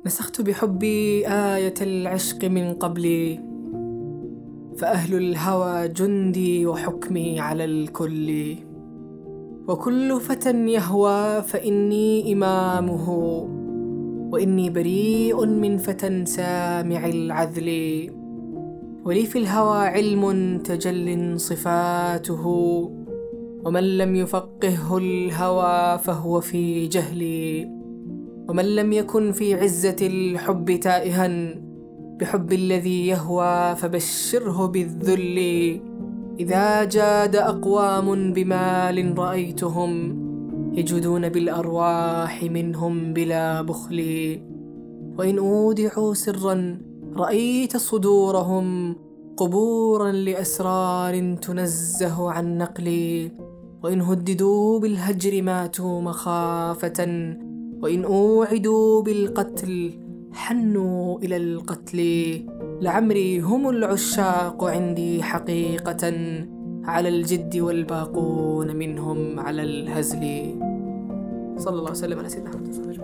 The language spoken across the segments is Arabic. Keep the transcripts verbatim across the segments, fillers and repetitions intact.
نسخت بحبي آية العشق من قبلي، فأهل الهوى جندي وحكمي على الكل. وكل فتى يهوى فإني إمامه، وإني بريء من فتى سامع العذل. ولي في الهوى علم تجل صفاته، ومن لم يفقهه الهوى فهو في جهلي. ومن لم يكن في عزة الحب تائها بحب الذي يهوى فبشره بالذل. إذا جاد أقوام بمال رأيتهم يجودون بالأرواح منهم بلا بخل. وإن أودعوا سرا رأيت صدورهم قبورا لأسرار تنزه عن نقل. وإن هددوا بالهجر ماتوا مخافة، وإن أوعدوا بالقتل حنوا إلى القتل. لعمري هم العشاق عندي حقيقة، على الجد والباقون منهم على الهزل. صلى الله وسلم على سيدنا محمد.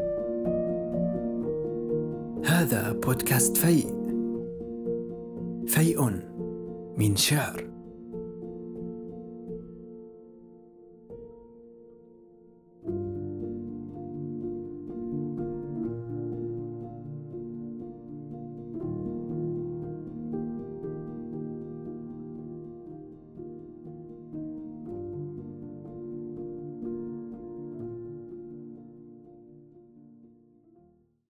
هذا بودكاست فيء، فيء من شعر.